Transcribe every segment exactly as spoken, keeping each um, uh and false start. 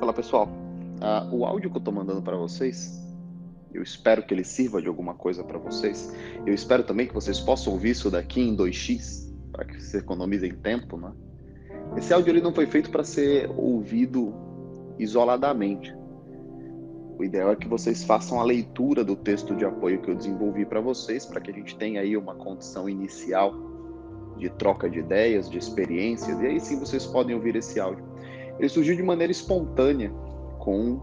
Fala pessoal, Ah, o áudio que eu estou mandando para vocês, eu espero que ele sirva de alguma coisa para vocês. Eu espero também que vocês possam ouvir isso daqui em dois x, para que vocês economizem tempo, né? Esse áudio ele não foi feito para ser ouvido isoladamente. O ideal é que vocês façam a leitura do texto de apoio que eu desenvolvi para vocês, para que a gente tenha aí uma condição inicial de troca de ideias, de experiências, e aí sim vocês podem ouvir esse áudio. Ele surgiu de maneira espontânea com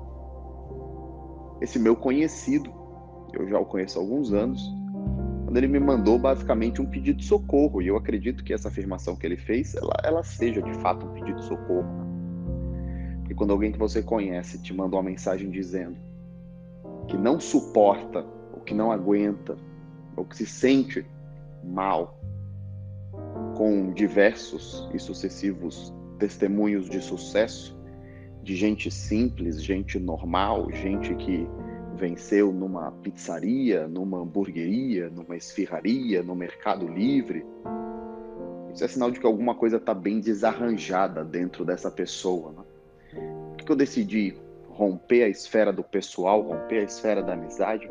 esse meu conhecido, eu já o conheço há alguns anos, quando ele me mandou basicamente um pedido de socorro, e eu acredito que essa afirmação que ele fez, ela, ela seja de fato um pedido de socorro, né? Porque quando alguém que você conhece te manda uma mensagem dizendo que não suporta, ou que não aguenta, ou que se sente mal com diversos e sucessivos testemunhos de sucesso, de gente simples, gente normal, gente que venceu numa pizzaria, numa hamburgueria, numa esfirraria, no Mercado Livre. Isso é sinal de que alguma coisa está bem desarranjada dentro dessa pessoa, né? Por que eu decidi romper a esfera do pessoal, romper a esfera da amizade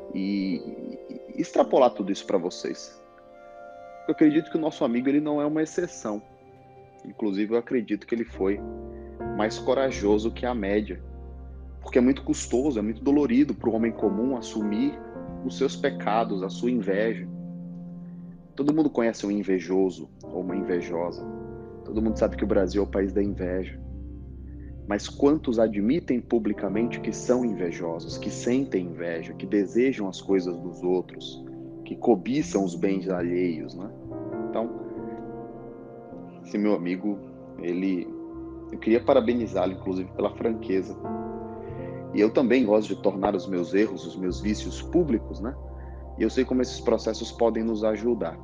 e extrapolar tudo isso para vocês? Eu acredito que o nosso amigo ele não é uma exceção. Inclusive, eu acredito que ele foi mais corajoso que a média. Porque é muito custoso, é muito dolorido para o homem comum assumir os seus pecados, a sua inveja. Todo mundo conhece um invejoso ou uma invejosa. Todo mundo sabe que o Brasil é o país da inveja. Mas quantos admitem publicamente que são invejosos, que sentem inveja, que desejam as coisas dos outros, que cobiçam os bens alheios, né? Então, esse meu amigo, ele, eu queria parabenizá-lo, inclusive, pela franqueza. E eu também gosto de tornar os meus erros, os meus vícios públicos, né? E eu sei como esses processos podem nos ajudar.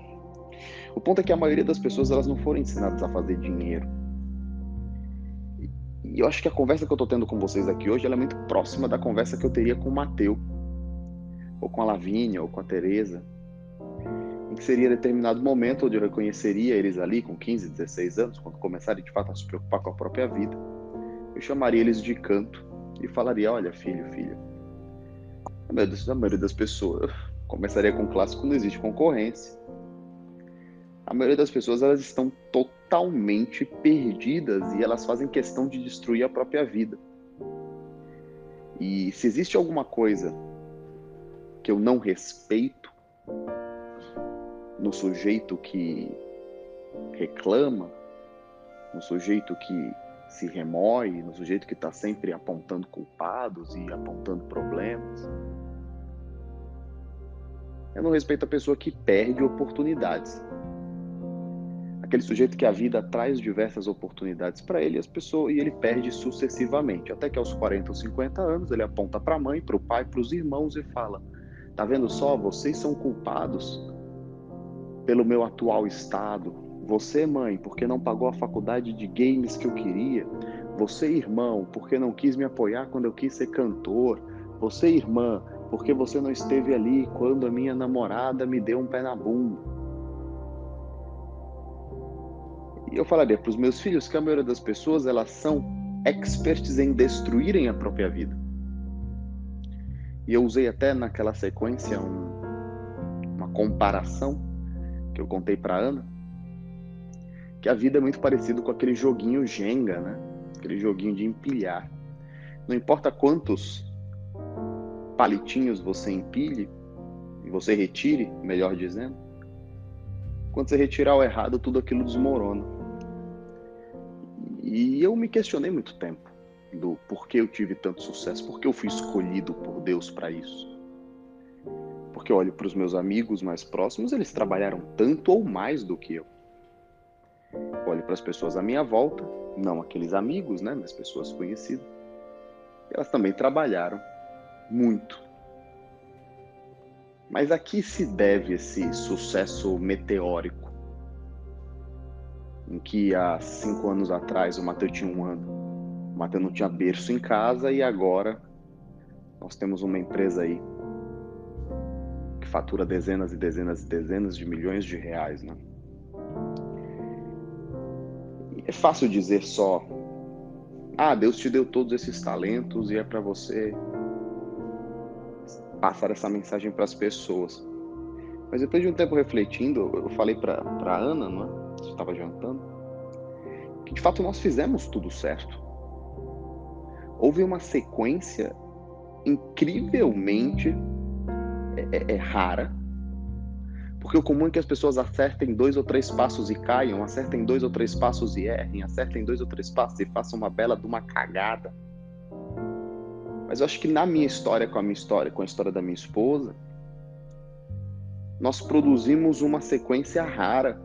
O ponto é que a maioria das pessoas elas não foram ensinadas a fazer dinheiro. E eu acho que a conversa que eu estou tendo com vocês aqui hoje ela é muito próxima da conversa que eu teria com o Mateu, ou com a Lavínia, ou com a Teresa, em que seria determinado momento onde eu reconheceria eles ali com quinze, dezesseis anos, quando começarem de fato a se preocupar com a própria vida. Eu chamaria eles de canto e falaria: olha, filho, filha, a maioria das pessoas começaria com o clássico: não existe concorrência. A maioria das pessoas elas estão totalmente perdidas e elas fazem questão de destruir a própria vida. E se existe alguma coisa que eu não respeito no sujeito que reclama, no sujeito que se remói, no sujeito que está sempre apontando culpados e apontando problemas, eu não respeito a pessoa que perde oportunidades. Aquele sujeito que a vida traz diversas oportunidades para ele, as pessoas, e ele perde sucessivamente, até que aos quarenta ou cinquenta anos ele aponta para a mãe, para o pai, para os irmãos e fala: tá vendo só, vocês são culpados pelo meu atual estado. Você, mãe, porque não pagou a faculdade de games que eu queria. Você, irmão, porque não quis me apoiar quando eu quis ser cantor. Você, irmã, porque você não esteve ali quando a minha namorada me deu um pé na bunda. E eu falaria para os meus filhos que a maioria das pessoas elas são experts em destruírem a própria vida. E eu usei até naquela sequência um, uma comparação que eu contei para Ana, que a vida é muito parecido com aquele joguinho Jenga, né? Aquele joguinho de empilhar. Não importa quantos palitinhos você empilhe, e você retire, melhor dizendo, quando você retirar o errado, tudo aquilo desmorona. E eu me questionei muito tempo do porquê eu tive tanto sucesso, porquê eu fui escolhido por Deus para isso. Porque eu olho para os meus amigos mais próximos, eles trabalharam tanto ou mais do que eu. Eu olho para as pessoas à minha volta, não aqueles amigos, né, mas pessoas conhecidas. Elas também trabalharam muito. Mas a que se deve esse sucesso meteórico? Em que há cinco anos atrás o Matheus tinha um ano, o Matheus não tinha berço em casa e agora nós temos uma empresa aí que fatura dezenas e dezenas e dezenas de milhões de reais, né? É fácil dizer só, Ah, Deus te deu todos esses talentos e é para você passar essa mensagem para as pessoas. Mas depois de um tempo refletindo, eu falei para para Ana, não é? A gente estava jantando, que de fato nós fizemos tudo certo. Houve uma sequência incrivelmente é, é, é rara, porque o comum é que as pessoas acertem dois ou três passos e caiam, acertem dois ou três passos e errem, acertem dois ou três passos e façam uma bela de uma cagada. Mas eu acho que na minha história, com a minha história, com a história da minha esposa, nós produzimos uma sequência rara.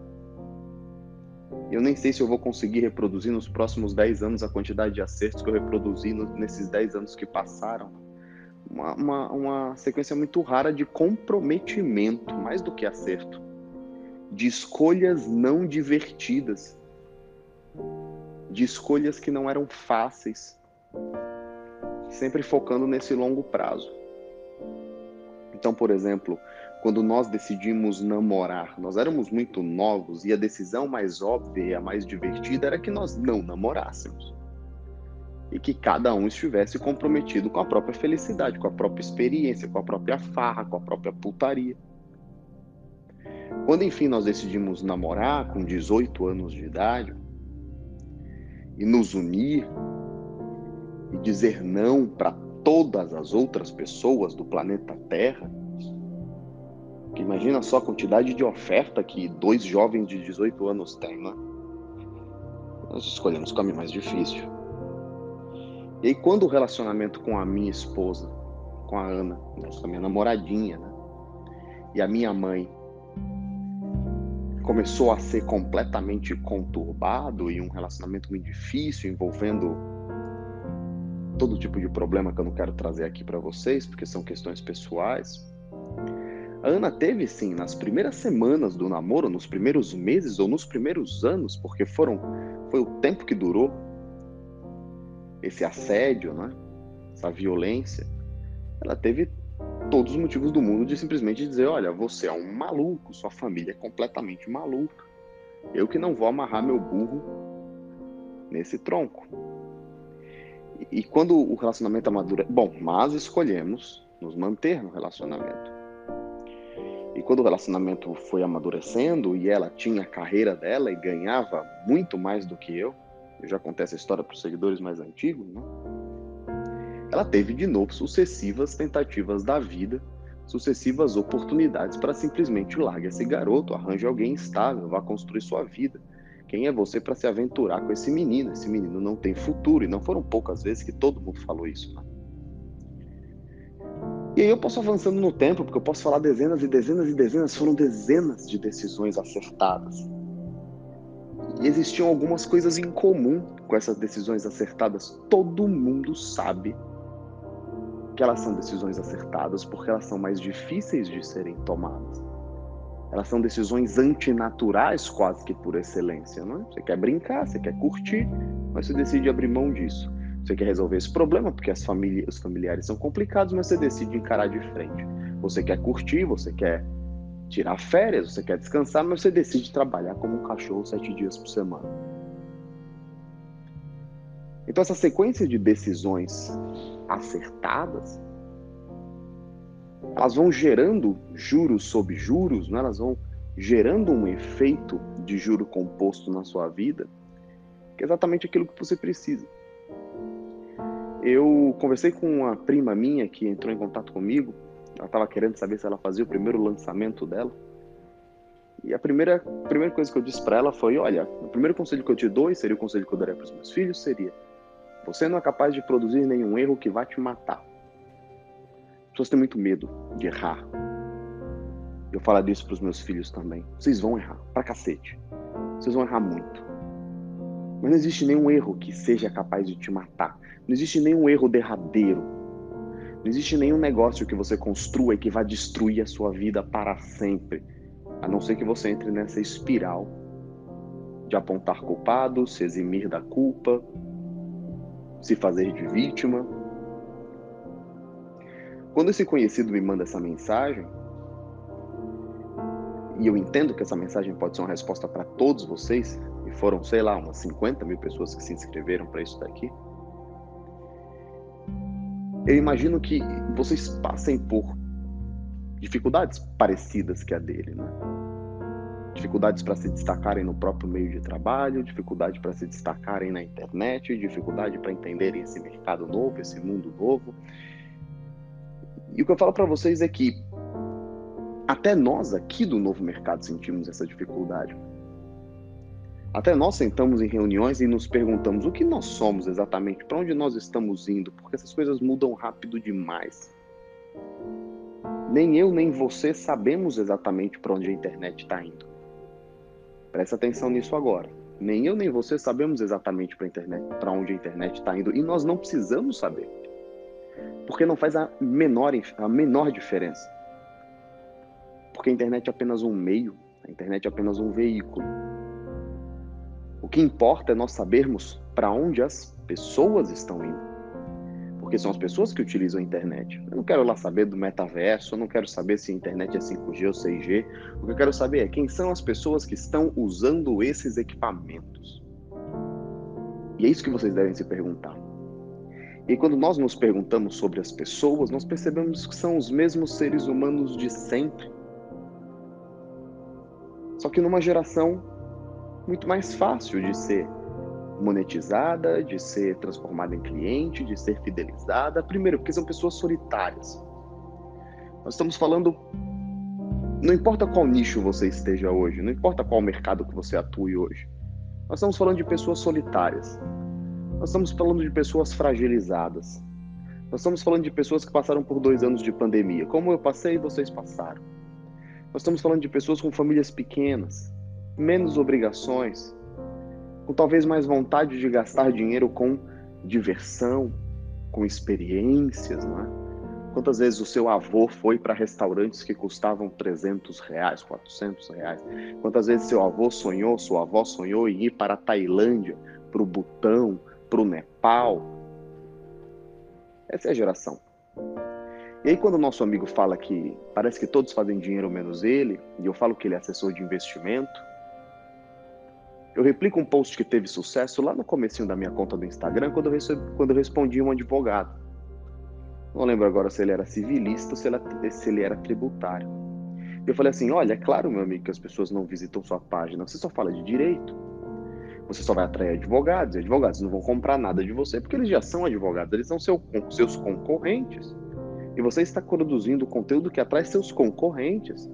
Eu nem sei se eu vou conseguir reproduzir nos próximos dez anos a quantidade de acertos que eu reproduzi no, nesses dez anos que passaram. Uma, uma, uma sequência muito rara de comprometimento, mais do que acerto, de escolhas não divertidas, de escolhas que não eram fáceis, sempre focando nesse longo prazo. Então, por exemplo, quando nós decidimos namorar, nós éramos muito novos e a decisão mais óbvia e a mais divertida era que nós não namorássemos. E que cada um estivesse comprometido com a própria felicidade, com a própria experiência, com a própria farra, com a própria putaria. Quando, enfim, nós decidimos namorar com dezoito anos de idade e nos unir e dizer não para todas as outras pessoas do planeta Terra, que imagina só a quantidade de oferta que dois jovens de dezoito anos têm, né? Nós escolhemos o caminho mais difícil. E aí, quando o relacionamento com a minha esposa, com a Ana, a minha namoradinha, né, e a minha mãe começou a ser completamente conturbado e um relacionamento muito difícil, envolvendo todo tipo de problema que eu não quero trazer aqui para vocês, porque são questões pessoais. A Ana teve, sim, nas primeiras semanas do namoro, nos primeiros meses ou nos primeiros anos, porque foram, foi o tempo que durou esse assédio, né? Essa violência, ela teve todos os motivos do mundo de simplesmente dizer, olha, você é um maluco, sua família é completamente maluca. Eu que não vou amarrar meu burro nesse tronco. E, e quando o relacionamento amadurece... Bom, mas escolhemos nos manter no relacionamento. E quando o relacionamento foi amadurecendo e ela tinha a carreira dela e ganhava muito mais do que eu, eu já contei essa história para os seguidores mais antigos, né? Ela teve de novo sucessivas tentativas da vida, sucessivas oportunidades para simplesmente largar esse garoto, arranje alguém estável, vá construir sua vida. Quem é você para se aventurar com esse menino? Esse menino não tem futuro. E não foram poucas vezes que todo mundo falou isso, né? E aí eu posso avançando no tempo, porque eu posso falar dezenas e dezenas e dezenas, foram dezenas de decisões acertadas. E existiam algumas coisas em comum com essas decisões acertadas. Todo mundo sabe que elas são decisões acertadas porque elas são mais difíceis de serem tomadas. Elas são decisões antinaturais quase que por excelência, não é? Você quer brincar, você quer curtir, mas você decide abrir mão disso. Você quer resolver esse problema porque as famílias, os familiares são complicados, mas você decide encarar de frente. Você quer curtir, você quer tirar férias, você quer descansar, mas você decide trabalhar como um cachorro sete dias por semana. Então essa sequência de decisões acertadas, elas vão gerando juros sobre juros, né? Elas vão gerando um efeito de juro composto na sua vida, que é exatamente aquilo que você precisa. Eu conversei com uma prima minha que entrou em contato comigo, ela estava querendo saber se ela fazia o primeiro lançamento dela, e a primeira, a primeira coisa que eu disse para ela foi, olha, o primeiro conselho que eu te dou, e seria o conselho que eu daria para os meus filhos, seria, você não é capaz de produzir nenhum erro que vai te matar. As pessoas têm muito medo de errar. Eu falo disso para os meus filhos também. Vocês vão errar, pra cacete. Vocês vão errar muito. Mas não existe nenhum erro que seja capaz de te matar. Não existe nenhum erro derradeiro. Não existe nenhum negócio que você construa e que vai destruir a sua vida para sempre. A não ser que você entre nessa espiral de apontar culpados, se eximir da culpa, se fazer de vítima. Quando esse conhecido me manda essa mensagem, e eu entendo que essa mensagem pode ser uma resposta para todos vocês, e foram, sei lá, umas cinquenta mil pessoas que se inscreveram para isso daqui, Eu imagino que vocês passem por dificuldades parecidas que a dele, né? Dificuldades para se destacarem no próprio meio de trabalho, dificuldade para se destacarem na internet, dificuldade para entenderem esse mercado novo, esse mundo novo. E o que eu falo para vocês é que até nós aqui do novo mercado sentimos essa dificuldade. Até nós sentamos em reuniões e nos perguntamos o que nós somos exatamente, para onde nós estamos indo, porque essas coisas mudam rápido demais. Nem eu nem você sabemos exatamente para onde a internet está indo. Presta atenção nisso agora. Nem eu nem você sabemos exatamente para internet, para onde a internet está indo, e nós não precisamos saber, porque não faz a menor, a menor diferença. Porque a internet é apenas um meio, a internet é apenas um veículo. O que importa é nós sabermos para onde as pessoas estão indo. Porque são as pessoas que utilizam a internet. Eu não quero lá saber do metaverso, eu não quero saber se a internet é cinco G ou seis G. O que eu quero saber é quem são as pessoas que estão usando esses equipamentos. E é isso que vocês devem se perguntar. E quando nós nos perguntamos sobre as pessoas, nós percebemos que são os mesmos seres humanos de sempre. Só que numa geração muito mais fácil de ser monetizada, de ser transformada em cliente, de ser fidelizada. Primeiro, porque são pessoas solitárias. Nós estamos falando, não importa qual nicho você esteja hoje, não importa qual mercado que você atue hoje. Nós estamos falando de pessoas solitárias. Nós estamos falando de pessoas fragilizadas. Nós estamos falando de pessoas que passaram por dois anos de pandemia, como eu passei e vocês passaram. Nós estamos falando de pessoas com famílias pequenas, menos obrigações, com talvez mais vontade de gastar dinheiro com diversão, com experiências, não é? Quantas vezes o seu avô foi para restaurantes que custavam trezentos reais, quatrocentos reais? Quantas vezes seu avô sonhou, sua avó sonhou em ir para a Tailândia, para o Butão, para o Nepal? Essa é a geração. E aí quando o nosso amigo fala que parece que todos fazem dinheiro menos ele, e eu falo que ele é assessor de investimento, eu replico um post que teve sucesso lá no comecinho da minha conta do Instagram, quando eu, recebi, quando eu respondi um advogado. Não lembro agora se ele era civilista ou se ele, se ele era tributário. Eu falei assim, olha, é claro, meu amigo, que as pessoas não visitam sua página, você só fala de direito. Você só vai atrair advogados, e advogados não vão comprar nada de você, porque eles já são advogados, eles são seu, seus concorrentes. E você está produzindo conteúdo que atrai seus concorrentes.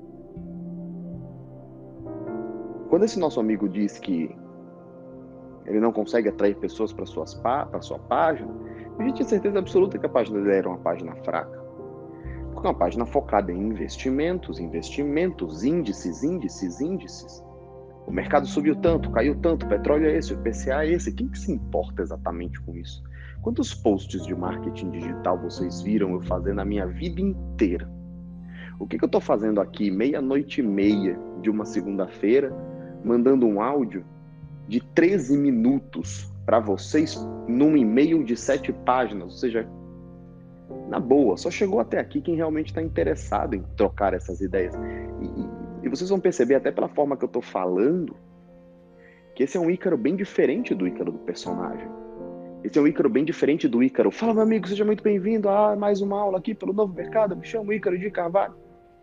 Quando esse nosso amigo diz que ele não consegue atrair pessoas para suas para sua página, a gente tinha certeza absoluta que a página dele era uma página fraca. Porque é uma página focada em investimentos, investimentos, índices, índices, índices. O mercado subiu tanto, caiu tanto, o petróleo é esse, o I P C A é esse. Quem que se importa exatamente com isso? Quantos posts de marketing digital vocês viram eu fazer na minha vida inteira? O que, que eu estou fazendo aqui, meia-noite e meia de uma segunda-feira, mandando um áudio de treze minutos para vocês num e-mail de sete páginas, ou seja, na boa, só chegou até aqui quem realmente está interessado em trocar essas ideias. E, e vocês vão perceber até pela forma que eu estou falando, que esse é um Ícaro bem diferente do Ícaro do personagem. Esse é um Ícaro bem diferente do Ícaro. Fala, meu amigo, seja muito bem-vindo a mais uma aula aqui pelo Novo Mercado. Me chamo Ícaro de Carvalho.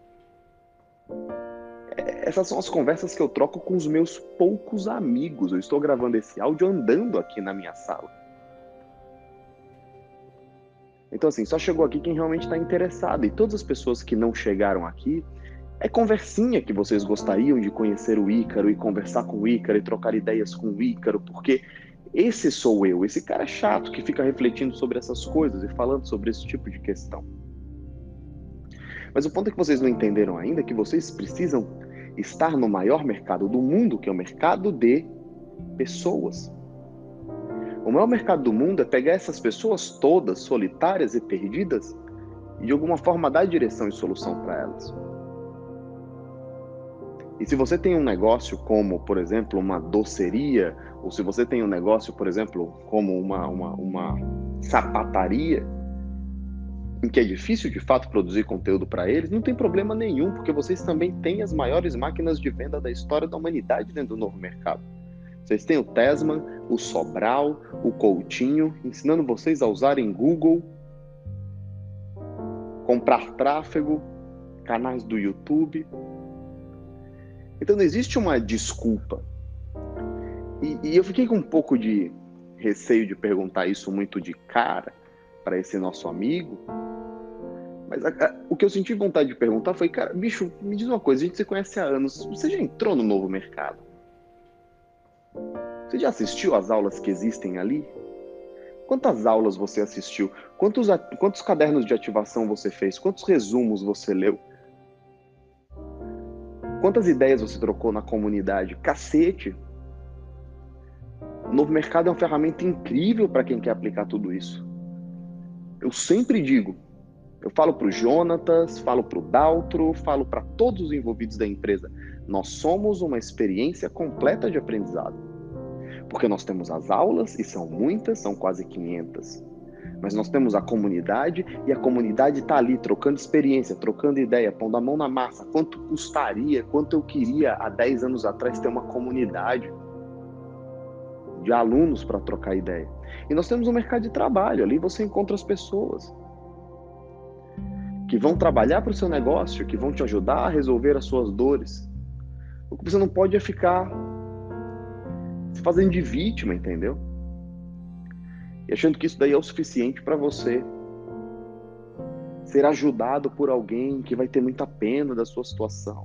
Essas são as conversas que eu troco com os meus poucos amigos. Eu estou gravando esse áudio andando aqui na minha sala. Então, assim, só chegou aqui quem realmente está interessado. E todas as pessoas que não chegaram aqui, é conversinha que vocês gostariam de conhecer o Ícaro e conversar com o Ícaro e trocar ideias com o Ícaro, porque esse sou eu, esse cara chato que fica refletindo sobre essas coisas e falando sobre esse tipo de questão. Mas o ponto é que vocês não entenderam ainda que vocês precisam estar no maior mercado do mundo, que é o mercado de pessoas. O maior mercado do mundo é pegar essas pessoas todas, solitárias e perdidas, e de alguma forma dar direção e solução para elas. E se você tem um negócio como, por exemplo, uma doceria, ou se você tem um negócio, por exemplo, como uma, uma, uma sapataria, em que é difícil de fato produzir conteúdo para eles, não tem problema nenhum, porque vocês também têm as maiores máquinas de venda da história da humanidade dentro do novo mercado. Vocês têm o Tesman, o Sobral, o Coutinho, ensinando vocês a usarem Google comprar tráfego, canais do YouTube. Então não existe uma desculpa. E, e eu fiquei com um pouco de receio de perguntar isso muito de cara para esse nosso amigo. Mas a, a, o que eu senti vontade de perguntar foi, cara, bicho, me diz uma coisa, a gente se conhece há anos, você já entrou no novo mercado? Você já assistiu às aulas que existem ali? Quantas aulas você assistiu? Quantos, quantos cadernos de ativação você fez? Quantos resumos você leu? Quantas ideias você trocou na comunidade? Cacete! O novo mercado é uma ferramenta incrível para quem quer aplicar tudo isso. Eu sempre digo, eu falo para o Jonatas, falo para o Daltro, falo para todos os envolvidos da empresa, nós somos uma experiência completa de aprendizado. Porque nós temos as aulas, e são muitas, são quase quinhentas. Mas nós temos a comunidade, e a comunidade está ali, trocando experiência, trocando ideia, pondo a mão na massa. Quanto custaria, quanto eu queria, há dez anos atrás, ter uma comunidade de alunos para trocar ideia. E nós temos um mercado de trabalho, ali você encontra as pessoas que vão trabalhar para o seu negócio, que vão te ajudar a resolver as suas dores. O que você não pode é ficar se fazendo de vítima, entendeu? E achando que isso daí é o suficiente para você ser ajudado por alguém que vai ter muita pena da sua situação.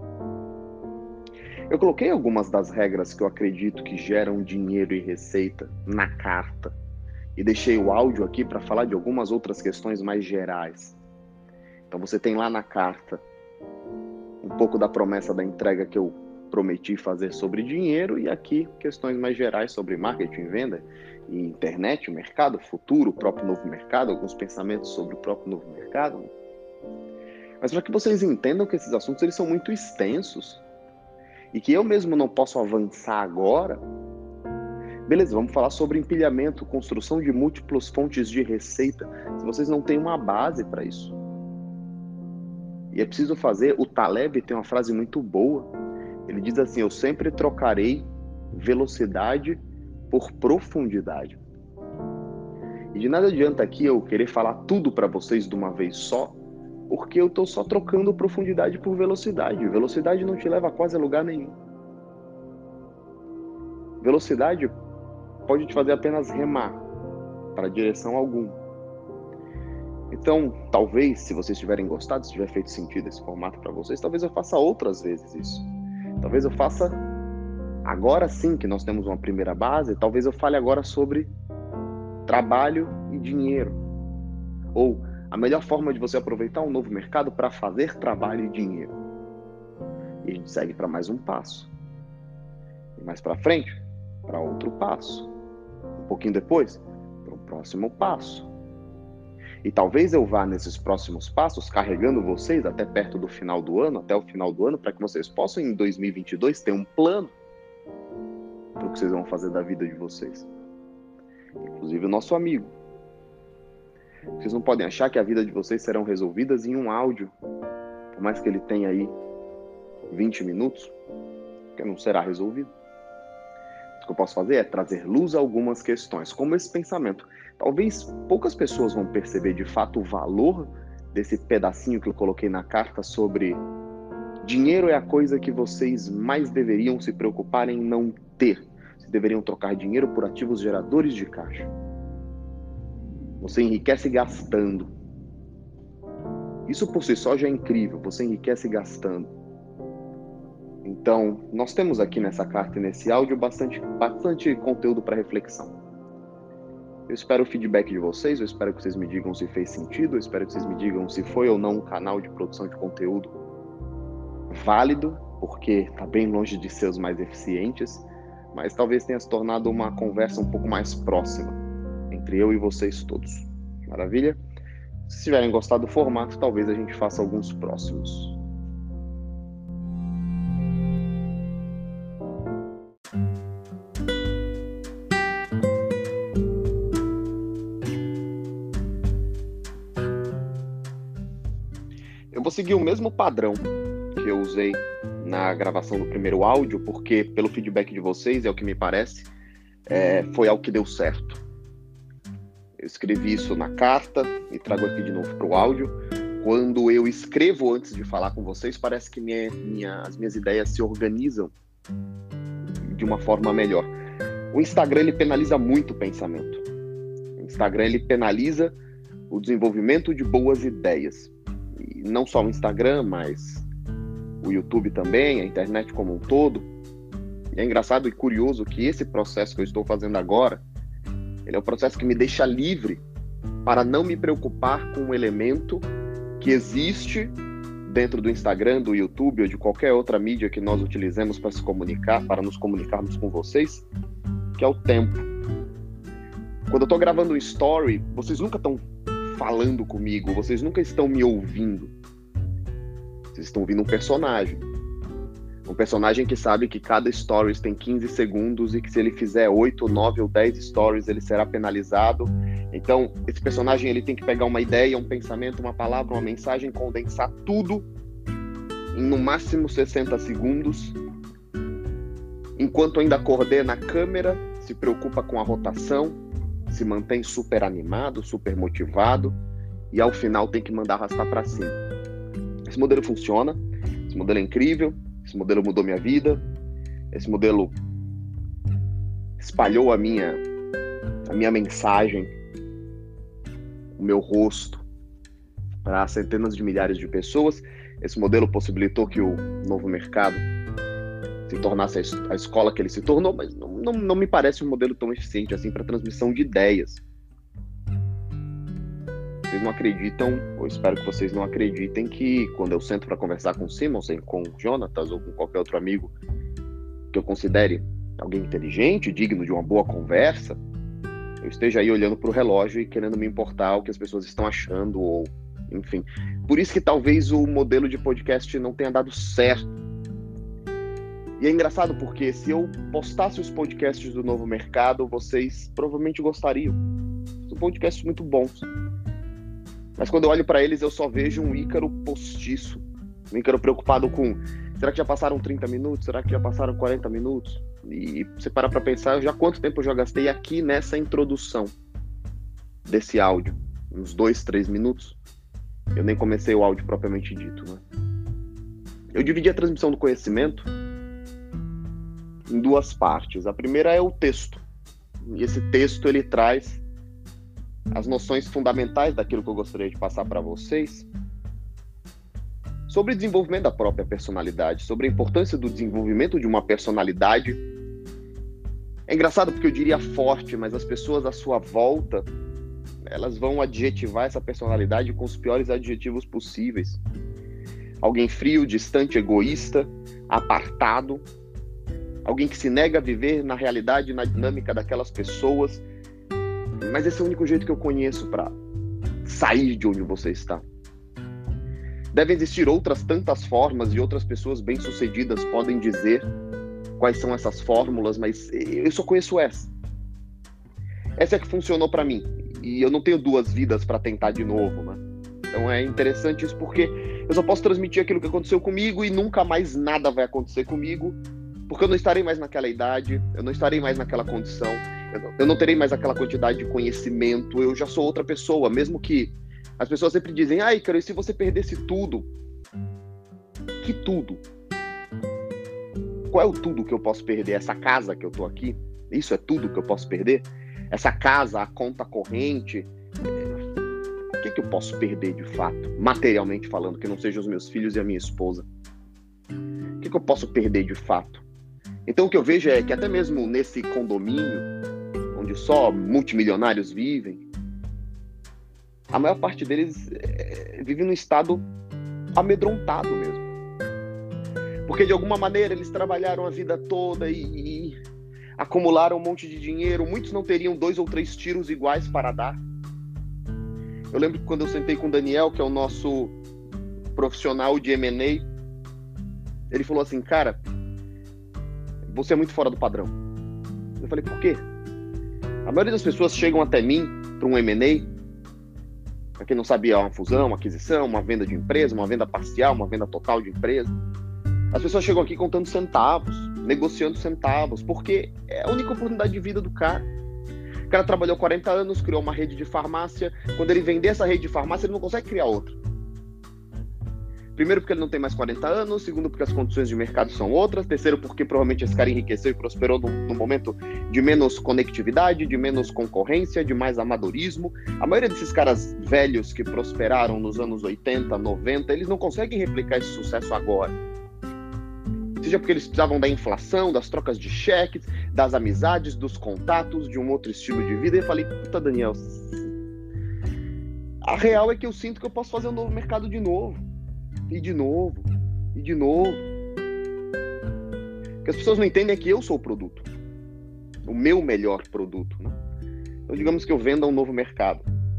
Eu coloquei algumas das regras que eu acredito que geram dinheiro e receita na carta e deixei o áudio aqui para falar de algumas outras questões mais gerais. Então você tem lá na carta um pouco da promessa da entrega que eu prometi fazer sobre dinheiro e aqui questões mais gerais sobre marketing, venda e internet, o mercado, futuro, o próprio novo mercado, alguns pensamentos sobre o próprio novo mercado. Mas para que vocês entendam que esses assuntos eles são muito extensos e que eu mesmo não posso avançar agora, beleza, vamos falar sobre empilhamento, construção de múltiplas fontes de receita, se vocês não têm uma base para isso. E é preciso fazer, o Taleb tem uma frase muito boa, ele diz assim, eu sempre trocarei velocidade por profundidade. E de nada adianta aqui eu querer falar tudo para vocês de uma vez só, porque eu estou só trocando profundidade por velocidade. Velocidade não te leva quase a lugar nenhum. Velocidade pode te fazer apenas remar para direção alguma. Então, talvez, se vocês tiverem gostado, se tiver feito sentido esse formato para vocês, talvez eu faça outras vezes isso. Talvez eu faça, agora sim que nós temos uma primeira base, talvez eu fale agora sobre trabalho e dinheiro. Ou a melhor forma de você aproveitar um novo mercado para fazer trabalho e dinheiro. E a gente segue para mais um passo. E mais para frente, para outro passo. Um pouquinho depois, para o próximo passo. E talvez eu vá nesses próximos passos carregando vocês até perto do final do ano, até o final do ano, para que vocês possam em dois mil e vinte e dois ter um plano para o que vocês vão fazer da vida de vocês. Inclusive o nosso amigo. Vocês não podem achar que a vida de vocês serão resolvidas em um áudio, por mais que ele tenha aí vinte minutos, que não será resolvido. O que eu posso fazer é trazer luz a algumas questões, como esse pensamento. Talvez poucas pessoas vão perceber de fato o valor desse pedacinho que eu coloquei na carta sobre dinheiro é a coisa que vocês mais deveriam se preocupar em não ter. Vocês deveriam trocar dinheiro por ativos geradores de caixa. Você enriquece gastando. Isso por si só já é incrível, você enriquece gastando. Então, nós temos aqui nessa carta e nesse áudio bastante, bastante conteúdo para reflexão. Eu espero o feedback de vocês, eu espero que vocês me digam se fez sentido, eu espero que vocês me digam se foi ou não um canal de produção de conteúdo válido, porque está bem longe de ser os mais eficientes, mas talvez tenha se tornado uma conversa um pouco mais próxima entre eu e vocês todos. Maravilha? Se tiverem gostado do formato, talvez a gente faça alguns próximos. Eu vou seguir o mesmo padrão que eu usei na gravação do primeiro áudio, porque pelo feedback de vocês, é o que me parece, é, foi algo que deu certo. Eu escrevi isso na carta e trago aqui de novo para o áudio, Quando eu escrevo antes de falar com vocês, parece que minha, minha, as minhas ideias se organizam de uma forma melhor. O Instagram, ele penaliza muito o pensamento. O Instagram, ele penaliza o desenvolvimento de boas ideias. E não só o Instagram, mas o YouTube também, a internet como um todo. E é engraçado e curioso que esse processo que eu estou fazendo agora, ele é um processo que me deixa livre para não me preocupar com um elemento que existe dentro do Instagram, do YouTube ou de qualquer outra mídia que nós utilizemos para se comunicar, para nos comunicarmos com vocês, que é o tempo. Quando eu estou gravando um story, vocês nunca estão falando comigo, vocês nunca estão me ouvindo. Vocês estão ouvindo um personagem. Um personagem que sabe que cada stories tem quinze segundos e que se ele fizer oito, nove ou dez stories, ele será penalizado. Então, esse personagem ele tem que pegar uma ideia, um pensamento, uma palavra, uma mensagem, condensar tudo em no máximo sessenta segundos, enquanto ainda coordena a câmera, se preocupa com a rotação, se mantém super animado, super motivado e ao final tem que mandar arrastar para cima. Esse modelo funciona, esse modelo é incrível, esse modelo mudou minha vida, esse modelo espalhou a minha, a minha mensagem, o meu rosto para centenas de milhares de pessoas. Esse modelo possibilitou que o novo mercado se tornasse a escola que ele se tornou, mas não, não, não me parece um modelo tão eficiente assim para transmissão de ideias. Vocês não acreditam, ou espero que vocês não acreditem, que quando eu sento para conversar com o Simonsen, com o Jonatas ou com qualquer outro amigo que eu considere alguém inteligente, digno de uma boa conversa, eu esteja aí olhando para o relógio e querendo me importar o que as pessoas estão achando, ou enfim. Por isso que talvez o modelo de podcast não tenha dado certo. E é engraçado porque se eu postasse os podcasts do Novo Mercado, vocês provavelmente gostariam. São podcasts muito bons. Mas quando eu olho para eles, eu só vejo um Ícaro postiço. Um Ícaro preocupado com: será que já passaram trinta minutos? Será que já passaram quarenta minutos? E você parar para pensar, já quanto tempo eu já gastei aqui nessa introdução desse áudio? Uns dois, três minutos? Eu nem comecei o áudio propriamente dito, né? Eu dividi a transmissão do conhecimento em duas partes. A primeira é o texto. E esse texto, ele traz as noções fundamentais daquilo que eu gostaria de passar para vocês sobre o desenvolvimento da própria personalidade, sobre a importância do desenvolvimento de uma personalidade. É engraçado porque eu diria forte, mas as pessoas à sua volta, elas vão adjetivar essa personalidade com os piores adjetivos possíveis. Alguém frio, distante, egoísta, apartado, alguém que se nega a viver na realidade, na dinâmica daquelas pessoas. Mas esse é o único jeito que eu conheço para sair de onde você está. Devem existir outras tantas formas e outras pessoas bem-sucedidas podem dizer quais são essas fórmulas, mas eu só conheço essa. Essa é que funcionou para mim. E eu não tenho duas vidas para tentar de novo, né? Então é interessante isso porque eu só posso transmitir aquilo que aconteceu comigo e nunca mais nada vai acontecer comigo, porque eu não estarei mais naquela idade, eu não estarei mais naquela condição, eu não, eu não terei mais aquela quantidade de conhecimento, eu já sou outra pessoa, mesmo que as pessoas sempre dizem: ai, cara, e se você perdesse tudo? Que tudo? Qual é o tudo que eu posso perder? Essa casa que eu tô aqui? Isso é tudo que eu posso perder? Essa casa, a conta corrente? O que, que eu posso perder de fato? Materialmente falando, que não sejam os meus filhos e a minha esposa. O que, que eu posso perder de fato? Então o que eu vejo é que até mesmo nesse condomínio, onde só multimilionários vivem, a maior parte deles é, vive num estado amedrontado mesmo. Porque de alguma maneira eles trabalharam a vida toda e, e acumularam um monte de dinheiro. Muitos não teriam dois ou três tiros iguais para dar. Eu lembro que quando eu sentei com o Daniel, que é o nosso profissional de M and A, ele falou assim: cara, você é muito fora do padrão. Eu falei: por quê? A maioria das pessoas chegam até mim para um M and A, para quem não sabia, é uma fusão, uma aquisição, uma venda de empresa, uma venda parcial, uma venda total de empresa. As pessoas chegam aqui contando centavos, negociando centavos, porque é a única oportunidade de vida do cara. O cara trabalhou quarenta anos, criou uma rede de farmácia. Quando ele vender essa rede de farmácia, ele não consegue criar outra. Primeiro, porque ele não tem mais quarenta anos. Segundo, porque as condições de mercado são outras. Terceiro, porque provavelmente esse cara enriqueceu e prosperou num, num momento de menos conectividade, de menos concorrência, de mais amadorismo. A maioria desses caras velhos que prosperaram nos anos oitenta, noventa, eles não conseguem replicar esse sucesso agora. Seja porque eles precisavam da inflação, das trocas de cheques, das amizades, dos contatos, de um outro estilo de vida. E eu falei, puta, Daniel, a real é que eu sinto que eu posso fazer um novo mercado de novo. E de novo, e de novo. O que as pessoas não entendem é que eu sou o produto. O meu melhor produto, né? Então, digamos que eu venda um novo mercado.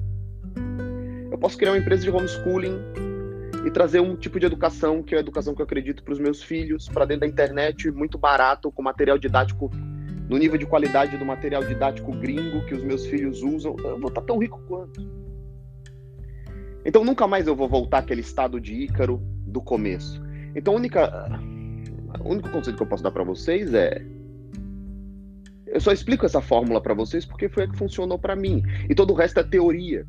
Eu posso criar uma empresa de homeschooling e trazer um tipo de educação, que é a educação que eu acredito para os meus filhos, para dentro da internet, muito barato, com material didático, no nível de qualidade do material didático gringo que os meus filhos usam. Eu vou estar tão rico quanto. Então nunca mais eu vou voltar àquele estado de Ícaro do começo. Então a única, o único conselho que eu posso dar para vocês é: eu só explico essa fórmula para vocês porque foi a que funcionou para mim. E todo o resto é teoria.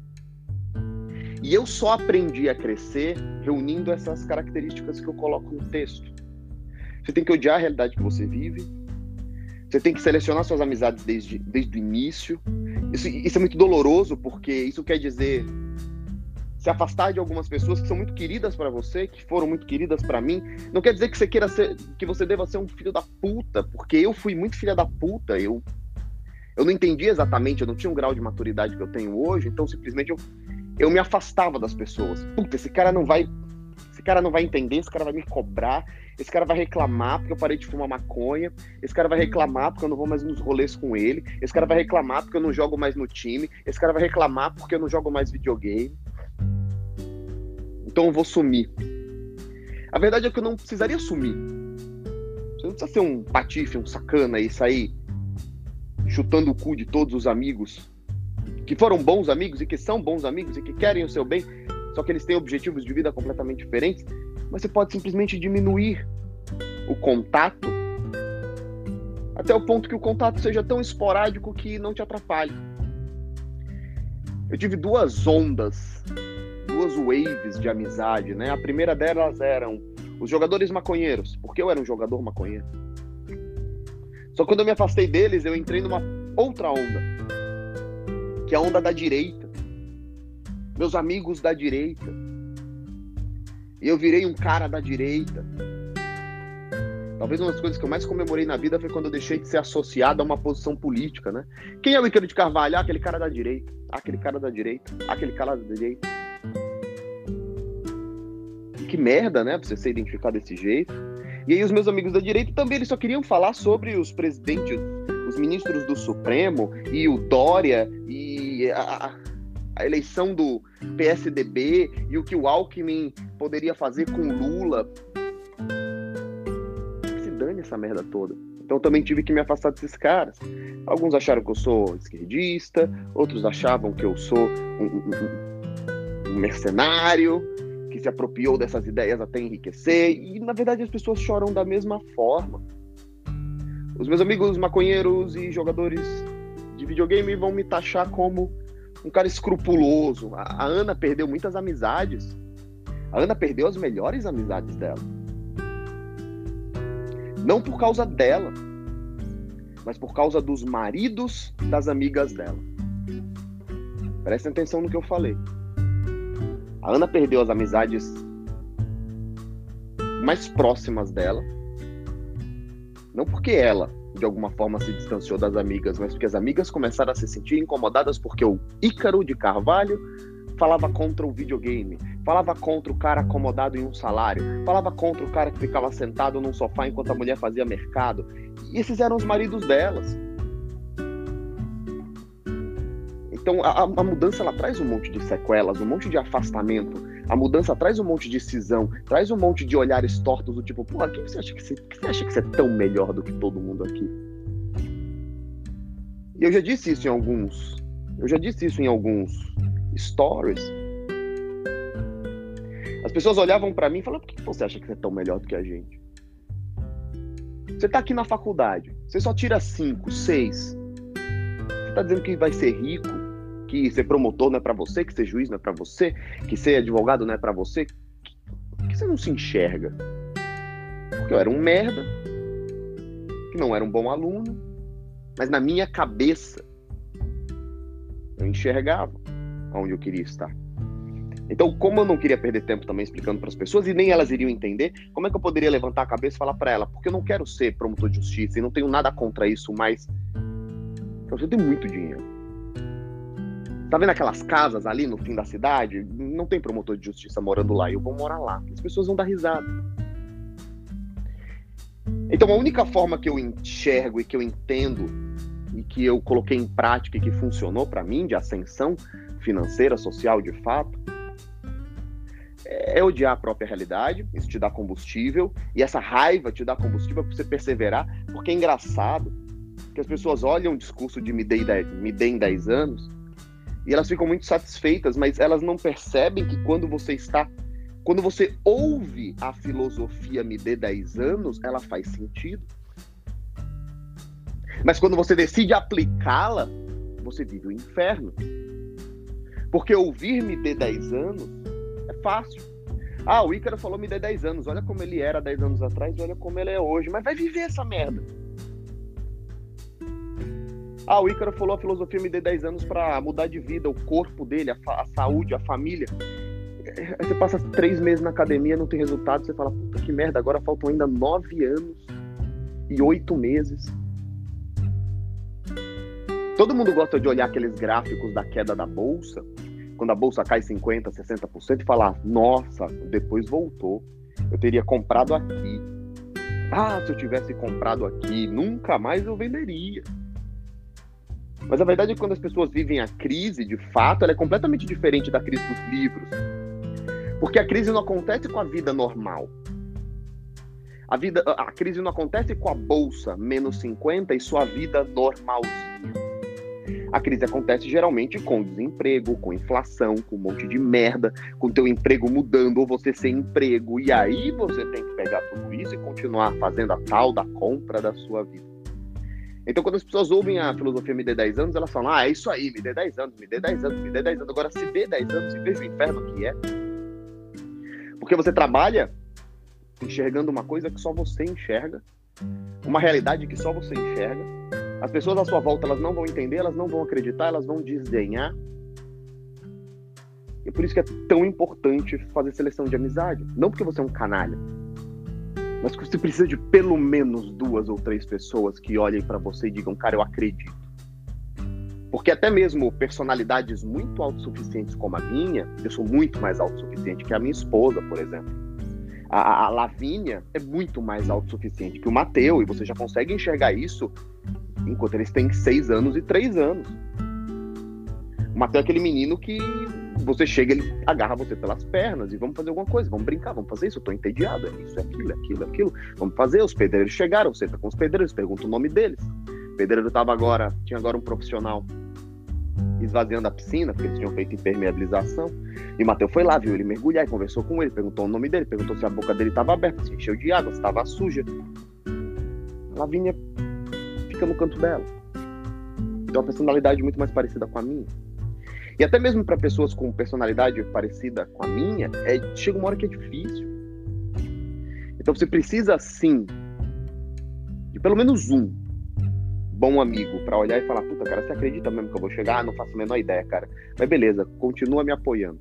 E eu só aprendi a crescer reunindo essas características que eu coloco no texto. Você tem que odiar a realidade que você vive. Você tem que selecionar suas amizades desde, desde o início. Isso, isso é muito doloroso, porque isso quer dizer se afastar de algumas pessoas que são muito queridas para você, que foram muito queridas para mim. Não quer dizer que você queira ser, que você deva ser um filho da puta, porque eu fui muito filha da puta. Eu, eu não entendi exatamente, eu não tinha um grau de maturidade que eu tenho hoje, então simplesmente eu, eu me afastava das pessoas. Puta, esse cara não vai, esse cara não vai entender, esse cara vai me cobrar, esse cara vai reclamar porque eu parei de fumar maconha, esse cara vai reclamar porque eu não vou mais nos rolês com ele, esse cara vai reclamar porque eu não jogo mais no time, esse cara vai reclamar porque eu não jogo mais videogame. Então eu vou sumir. A verdade é que eu não precisaria sumir. Você não precisa ser um patife, um sacana e sair chutando o cu de todos os amigos que foram bons amigos e que são bons amigos e que querem o seu bem, só que eles têm objetivos de vida completamente diferentes. Mas você pode simplesmente diminuir o contato até o ponto que o contato seja tão esporádico que não te atrapalhe. Eu tive duas ondas, duas waves de amizade, né? A primeira delas eram os jogadores maconheiros, porque eu era um jogador maconheiro. Só que quando eu me afastei deles, eu entrei numa outra onda, que é a onda da direita. Meus amigos da direita. E eu virei um cara da direita. Talvez uma das coisas que eu mais comemorei na vida foi quando eu deixei de ser associado a uma posição política, né? Quem é o Ícaro de Carvalho? Ah, aquele cara da direita. Ah, aquele cara da direita. Ah, aquele cara da direita. Que merda, né? Você ser identificado desse jeito. E aí os meus amigos da direita também, eles só queriam falar sobre os presidentes, os ministros do Supremo, e o Dória, e a, a eleição do P S D B, e o que o Alckmin poderia fazer com o Lula. Se dane essa merda toda. Então eu também tive que me afastar desses caras. Alguns acharam que eu sou esquerdista, outros achavam que eu sou um, um, um mercenário, que se apropriou dessas ideias até enriquecer, e na verdade as pessoas choram da mesma forma. Os meus amigos maconheiros e jogadores de videogame vão me taxar como um cara escrupuloso. A Ana perdeu muitas amizades. A Ana perdeu as melhores amizades dela. Não por causa dela, mas por causa dos maridos das amigas dela. Prestem atenção no que eu falei. A Ana perdeu as amizades mais próximas dela, não porque ela, de alguma forma, se distanciou das amigas, mas porque as amigas começaram a se sentir incomodadas porque o Ícaro de Carvalho falava contra o videogame, falava contra o cara acomodado em um salário, falava contra o cara que ficava sentado num sofá enquanto a mulher fazia mercado. E esses eram os maridos delas. Então a, a mudança, ela traz um monte de sequelas, um monte de afastamento. A mudança traz um monte de cisão, traz um monte de olhares tortos do tipo, pô, quem você acha que você, que você acha que você é tão melhor do que todo mundo aqui? E eu já disse isso em alguns, eu já disse isso em alguns stories. As pessoas olhavam pra mim e falavam, por que você acha que você é tão melhor do que a gente? Você tá aqui na faculdade, você só tira cinco, seis. Você tá dizendo que vai ser rico, que ser promotor não é pra você, que ser juiz não é pra você, que ser advogado não é pra você, que que você não se enxerga? Porque eu era um merda, que não era um bom aluno, mas na minha cabeça eu enxergava onde eu queria estar. Então, como eu não queria perder tempo também explicando para as pessoas, e nem elas iriam entender, como é que eu poderia levantar a cabeça e falar para ela? Porque eu não quero ser promotor de justiça, e não tenho nada contra isso, mas eu tenho muito dinheiro. Tá vendo aquelas casas ali no fim da cidade? Não tem promotor de justiça morando lá, e eu vou morar lá. As pessoas vão dar risada. Então, a única forma que eu enxergo e que eu entendo e que eu coloquei em prática e que funcionou para mim, de ascensão financeira, social, de fato, é odiar a própria realidade. Isso te dá combustível, e essa raiva te dá combustível para você perseverar, porque é engraçado que as pessoas olham o discurso de me dê, me dê em dez anos e elas ficam muito satisfeitas, mas elas não percebem que quando você está, quando você ouve a filosofia me dê dez anos, ela faz sentido. Mas quando você decide aplicá-la, você vive o inferno. Porque ouvir me dê dez anos é fácil. Ah, o Ícaro falou me dê dez anos. Olha como ele era dez anos atrás, olha como ele é hoje. Mas vai viver essa merda. Ah, o Ícaro falou a filosofia me dê dez anos para mudar de vida, o corpo dele, a, fa- a saúde, a família. Aí você passa três meses na academia, não tem resultado, você fala, puta que merda, agora faltam ainda nove anos e oito meses. Todo mundo gosta de olhar aqueles gráficos da queda da bolsa, quando a bolsa cai cinquenta por cento, sessenta por cento, e falar, nossa, depois voltou, eu teria comprado aqui. Ah, se eu tivesse comprado aqui, nunca mais eu venderia. Mas a verdade é que quando as pessoas vivem a crise, de fato, ela é completamente diferente da crise dos livros. Porque a crise não acontece com a vida normal. A, vida, a crise não acontece com a bolsa menos cinquenta e sua vida normalzinha. A crise acontece geralmente com desemprego, com inflação, com um monte de merda, com teu emprego mudando ou você sem emprego. E aí você tem que pegar tudo isso e continuar fazendo a tal da compra da sua vida. Então, quando as pessoas ouvem a filosofia me dê dez anos, elas falam, ah, é isso aí, me dê dez anos, me dê dez anos, me dê dez anos. Agora, se dê dez anos e veja o inferno que é. Porque você trabalha enxergando uma coisa que só você enxerga, uma realidade que só você enxerga. As pessoas à sua volta, elas não vão entender, elas não vão acreditar, elas vão desdenhar. E por isso que é tão importante fazer seleção de amizade. Não porque você é um canalha, mas que você precisa de pelo menos duas ou três pessoas que olhem pra você e digam, cara, eu acredito. Porque até mesmo personalidades muito autossuficientes como a minha, eu sou muito mais autossuficiente que a minha esposa, por exemplo. A, a Lavínia é muito mais autossuficiente que o Mateu, e você já consegue enxergar isso enquanto eles têm seis anos e três anos. O Mateu é aquele menino que você chega, ele agarra você pelas pernas e vamos fazer alguma coisa, vamos brincar, vamos fazer isso, eu tô entediado, é isso, é aquilo, é aquilo, é aquilo. Vamos fazer, os pedreiros chegaram, você tá com os pedreiros, pergunta o nome deles. O pedreiro tava agora, tinha agora um profissional esvaziando a piscina, porque eles tinham feito impermeabilização, e o Mateu foi lá, viu ele mergulhar e conversou com ele, perguntou o nome dele, perguntou se a boca dele estava aberta, se encheu de água, se estava suja. A Lavínia fica no canto dela. Tem uma personalidade muito mais parecida com a minha. E até mesmo para pessoas com personalidade parecida com a minha, é, chega uma hora que é difícil. Então você precisa, sim, de pelo menos um bom amigo para olhar e falar, puta, cara, você acredita mesmo que eu vou chegar? Ah, não faço a menor ideia, cara. Mas beleza, continua me apoiando.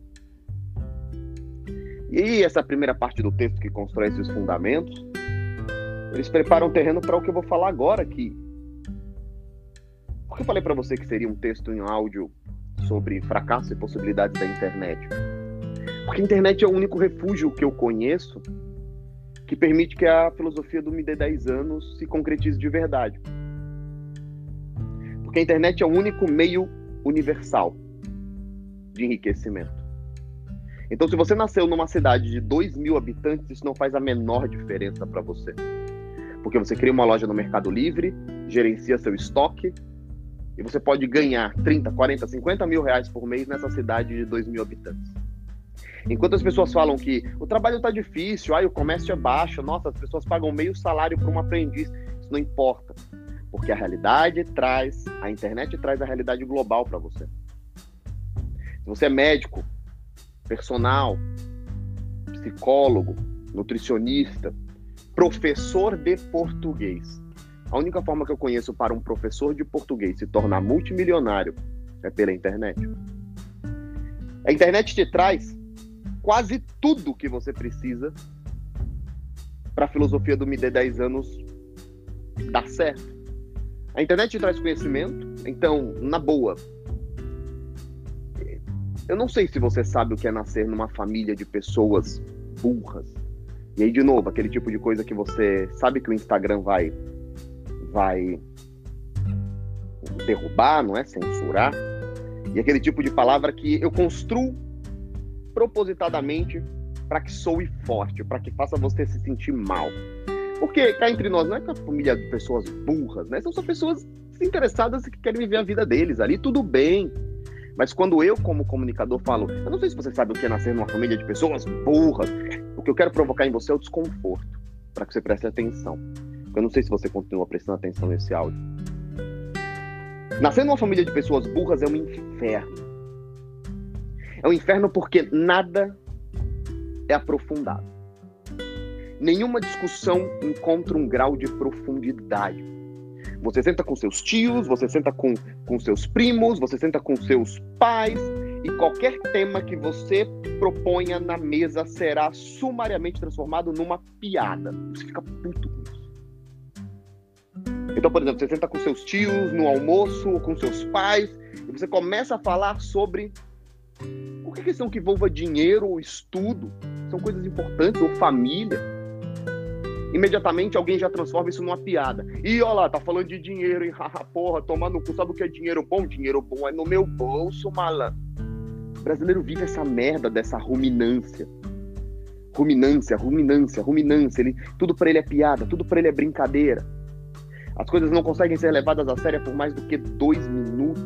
E essa primeira parte do texto que constrói esses fundamentos, eles preparam o terreno para o que eu vou falar agora aqui. Por que eu falei para você que seria um texto em áudio sobre fracasso e possibilidades da internet? Porque a internet é o único refúgio que eu conheço que permite que a filosofia do me dê dez anos se concretize de verdade. Porque a internet é o único meio universal de enriquecimento. Então, se você nasceu numa cidade de dois mil habitantes, isso não faz a menor diferença para você. Porque você cria uma loja no Mercado Livre, gerencia seu estoque, e você pode ganhar trinta, quarenta, cinquenta mil reais por mês nessa cidade de dois mil habitantes. Enquanto as pessoas falam que o trabalho está difícil, ai, o comércio é baixo, nossa, as pessoas pagam meio salário para um aprendiz. Isso não importa. Porque a realidade traz, a internet traz a realidade global para você. Se você é médico, personal, psicólogo, nutricionista, professor de português. A única forma que eu conheço para um professor de português se tornar multimilionário é pela internet. A internet te traz quase tudo que você precisa para a filosofia do Me Dê dez anos dar certo. A internet te traz conhecimento, então, na boa, eu não sei se você sabe o que é nascer numa família de pessoas burras. E aí, de novo, aquele tipo de coisa que você sabe que o Instagram vai, vai derrubar, não é? Censurar. E aquele tipo de palavra que eu construo propositadamente para que soe forte, para que faça você se sentir mal. Porque cá entre nós não é uma família de pessoas burras, né? São só pessoas desinteressadas que querem viver a vida deles ali, tudo bem. Mas quando eu, como comunicador, falo, eu não sei se você sabe o que é nascer numa família de pessoas burras, o que eu quero provocar em você é o desconforto, para que você preste atenção. Eu não sei se você continua prestando atenção nesse áudio. Nascer numa família de pessoas burras é um inferno. É um inferno porque nada é aprofundado. Nenhuma discussão encontra um grau de profundidade. Você senta com seus tios, você senta com, com seus primos, você senta com seus pais, e qualquer tema que você proponha na mesa será sumariamente transformado numa piada. Você fica puto com isso. Então, por exemplo, você senta com seus tios no almoço, ou com seus pais, e você começa a falar sobre qualquer questão que envolva dinheiro ou estudo, são coisas importantes, ou família. Imediatamente alguém já transforma isso numa piada. E olha lá, tá falando de dinheiro, hein? Haha, porra, toma no cu. Sabe o que é dinheiro bom? Dinheiro bom é no meu bolso, malandro. O brasileiro vive essa merda dessa ruminância. Ruminância, ruminância, ruminância. Ele, tudo pra ele é piada, tudo pra ele é brincadeira. As coisas não conseguem ser levadas a sério por mais do que dois minutos.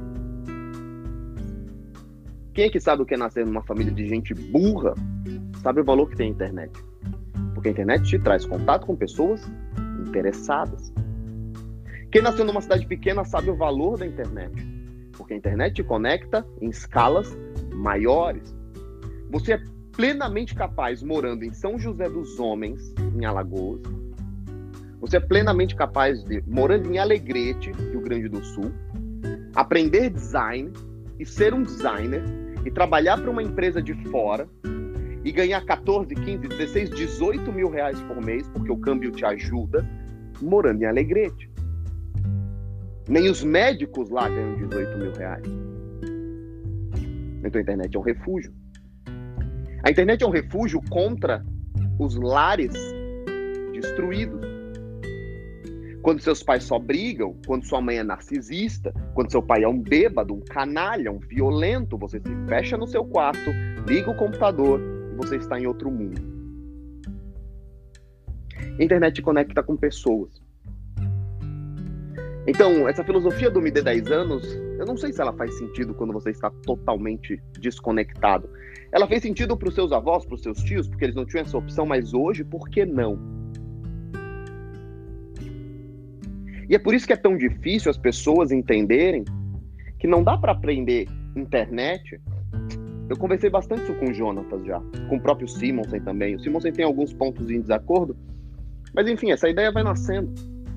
Quem é que sabe o que é nascer numa família de gente burra, sabe o valor que tem a internet. Porque a internet te traz contato com pessoas interessadas. Quem nasceu numa cidade pequena sabe o valor da internet. Porque a internet te conecta em escalas maiores. Você é plenamente capaz, morando em São José dos Homens, em Alagoas. Você é plenamente capaz de, morando em Alegrete, Rio Grande do Sul, aprender design e ser um designer e trabalhar para uma empresa de fora e ganhar quatorze, quinze, dezesseis, dezoito mil reais por mês, porque o câmbio te ajuda, morando em Alegrete. Nem os médicos lá ganham dezoito mil reais. Então a internet é um refúgio. A internet é um refúgio contra os lares destruídos. Quando seus pais só brigam, quando sua mãe é narcisista, quando seu pai é um bêbado, um canalha, um violento, você se fecha no seu quarto, liga o computador, você está em outro mundo. A internet te conecta com pessoas. Então, essa filosofia do Me Dê dez anos, eu não sei se ela faz sentido quando você está totalmente desconectado. Ela fez sentido para os seus avós, para os seus tios, porque eles não tinham essa opção, mas hoje, por que não? E é por isso que é tão difícil as pessoas entenderem que não dá para aprender internet. Eu conversei bastante isso com o Jonatas já, com o próprio Simonsen também. O Simonsen tem alguns pontos em desacordo, mas enfim, essa ideia vai nascendo.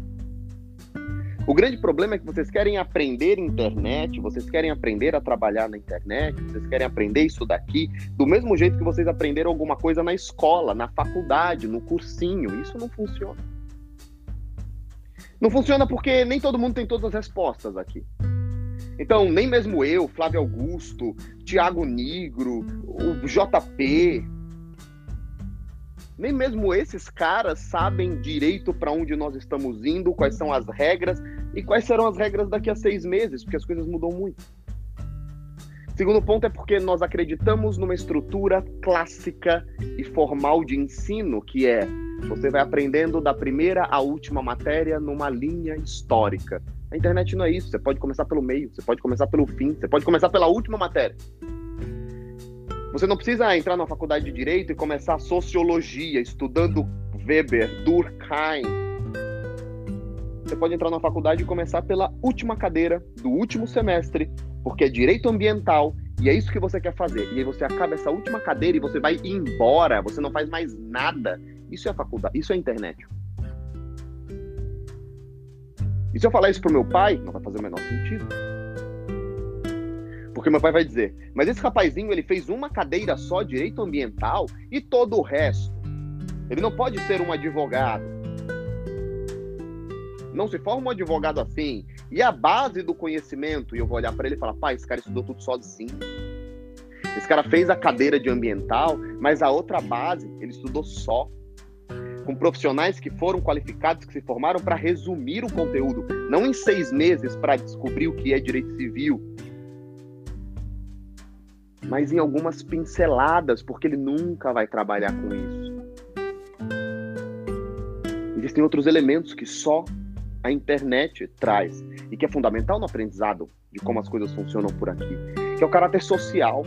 O grande problema é que vocês querem aprender internet, vocês querem aprender a trabalhar na internet, vocês querem aprender isso daqui, do mesmo jeito que vocês aprenderam alguma coisa na escola, na faculdade, no cursinho. Isso não funciona. Não funciona porque nem todo mundo tem todas as respostas aqui. Então, nem mesmo eu, Flávio Augusto, Thiago Nigro, o J P, nem mesmo esses caras sabem direito para onde nós estamos indo, quais são as regras e quais serão as regras daqui a seis meses, porque as coisas mudam muito. Segundo ponto é porque nós acreditamos numa estrutura clássica e formal de ensino, que é você vai aprendendo da primeira à última matéria numa linha histórica. A internet não é isso. Você pode começar pelo meio, você pode começar pelo fim, você pode começar pela última matéria. Você não precisa entrar na faculdade de Direito e começar Sociologia, estudando Weber, Durkheim. Você pode entrar na faculdade e começar pela última cadeira do último semestre, porque é Direito Ambiental E é isso que você quer fazer. E aí você acaba essa última cadeira e você vai embora, você não faz mais nada. Isso é a faculdade, isso é a internet. E se eu falar isso pro meu pai, não vai fazer o menor sentido. Porque meu pai vai dizer, mas esse rapazinho, ele fez uma cadeira só, direito ambiental, e todo o resto. Ele não pode ser um advogado. Não se forma um advogado assim. E a base do conhecimento, e eu vou olhar para ele e falar, pai, esse cara estudou tudo sozinho. Esse cara fez a cadeira de ambiental, mas a outra base, ele estudou só. Com profissionais que foram qualificados, que se formaram para resumir o conteúdo, não em seis meses para descobrir o que é direito civil, mas em algumas pinceladas, porque ele nunca vai trabalhar com isso. Existem outros elementos que só a internet traz e que é fundamental no aprendizado de como as coisas funcionam por aqui, que é o caráter social.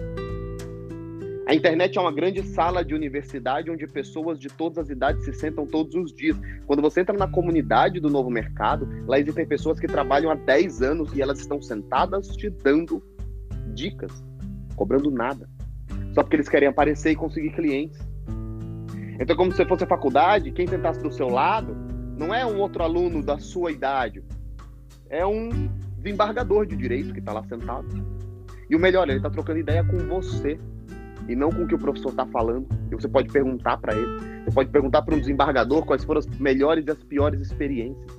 A internet é uma grande sala de universidade onde pessoas de todas as idades se sentam todos os dias. Quando você entra na comunidade do Novo Mercado, lá existem pessoas que trabalham há dez anos e elas estão sentadas te dando dicas, cobrando nada, só porque eles querem aparecer e conseguir clientes. Então, como se fosse a faculdade, quem sentasse do seu lado não é um outro aluno da sua idade, é um desembargador de direito que está lá sentado. E o melhor, ele está trocando ideia com você e não com o que o professor está falando. E você pode perguntar para ele, você pode perguntar para um desembargador quais foram as melhores e as piores experiências.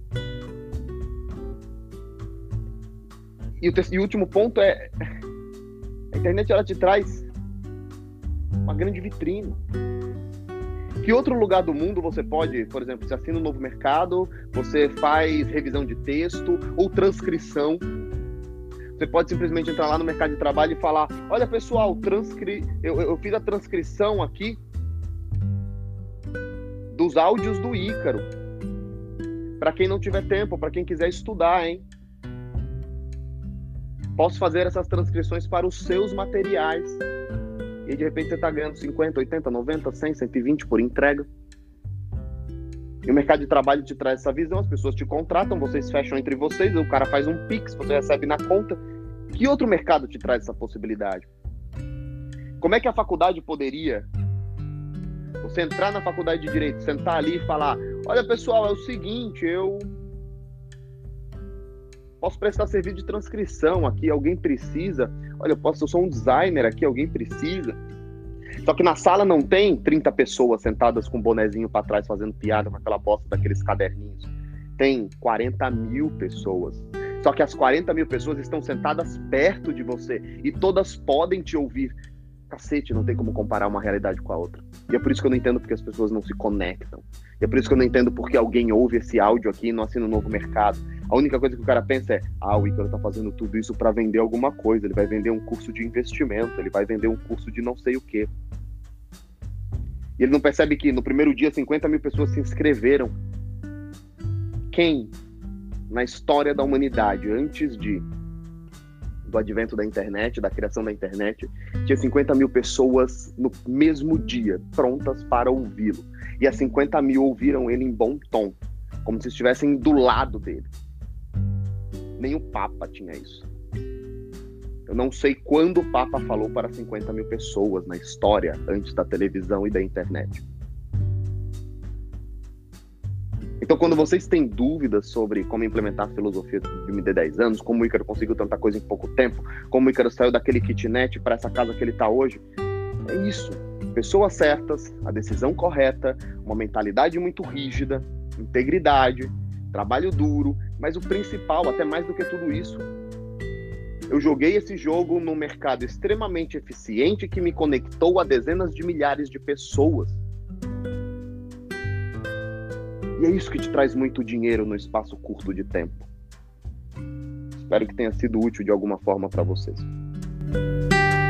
E o, te- e o último ponto é, a internet ela te traz uma grande vitrine. Que outro lugar do mundo você pode, por exemplo, você assina o Novo Mercado, você faz revisão de texto ou transcrição. Você pode simplesmente entrar lá no mercado de trabalho e falar, olha pessoal, transcri... eu, eu fiz a transcrição aqui dos áudios do Ícaro. Para quem não tiver tempo, para quem quiser estudar, hein? Posso fazer essas transcrições para os seus materiais. E de repente você está ganhando cinquenta, oitenta, noventa, cem, cento e vinte por entrega. E o mercado de trabalho te traz essa visão, as pessoas te contratam, vocês fecham entre vocês, o cara faz um Pix, você recebe na conta. Que outro mercado te traz essa possibilidade? Como é que a faculdade poderia, você entrar na faculdade de Direito, sentar ali e falar, olha pessoal, é o seguinte, eu posso prestar serviço de transcrição aqui, alguém precisa? Olha, eu, posso, eu sou um designer aqui, alguém precisa? Só que na sala não tem trinta pessoas sentadas com um bonezinho para trás fazendo piada com aquela bosta daqueles caderninhos. Tem quarenta mil pessoas. Só que as quarenta mil pessoas estão sentadas perto de você e todas podem te ouvir. Cacete, não tem como comparar uma realidade com a outra. E é por isso que eu não entendo porque as pessoas não se conectam. E é por isso que eu não entendo porque alguém ouve esse áudio aqui e não assina um Novo Mercado. A única coisa que o cara pensa é, ah, o Ícaro tá fazendo tudo isso para vender alguma coisa. Ele vai vender um curso de investimento, ele vai vender um curso de não sei o quê. E ele não percebe que no primeiro dia cinquenta mil pessoas se inscreveram. Quem, na história da humanidade, antes de do advento da internet, da criação da internet, tinha cinquenta mil pessoas no mesmo dia, prontas para ouvi-lo. E as cinquenta mil ouviram ele em bom tom, como se estivessem do lado dele. Nem o Papa tinha isso. Eu não sei quando o Papa falou para cinquenta mil pessoas na história, antes da televisão e da internet. Então, quando vocês têm dúvidas sobre como implementar a filosofia de M D dez anos, como o Ícaro conseguiu tanta coisa em pouco tempo, como o Ícaro saiu daquele kitnet para essa casa que ele está hoje, é isso. Pessoas certas, a decisão correta, uma mentalidade muito rígida, integridade, trabalho duro, mas o principal, até mais do que tudo isso, eu joguei esse jogo num mercado extremamente eficiente que me conectou a dezenas de milhares de pessoas. E é isso que te traz muito dinheiro no espaço curto de tempo. Espero que tenha sido útil de alguma forma para vocês.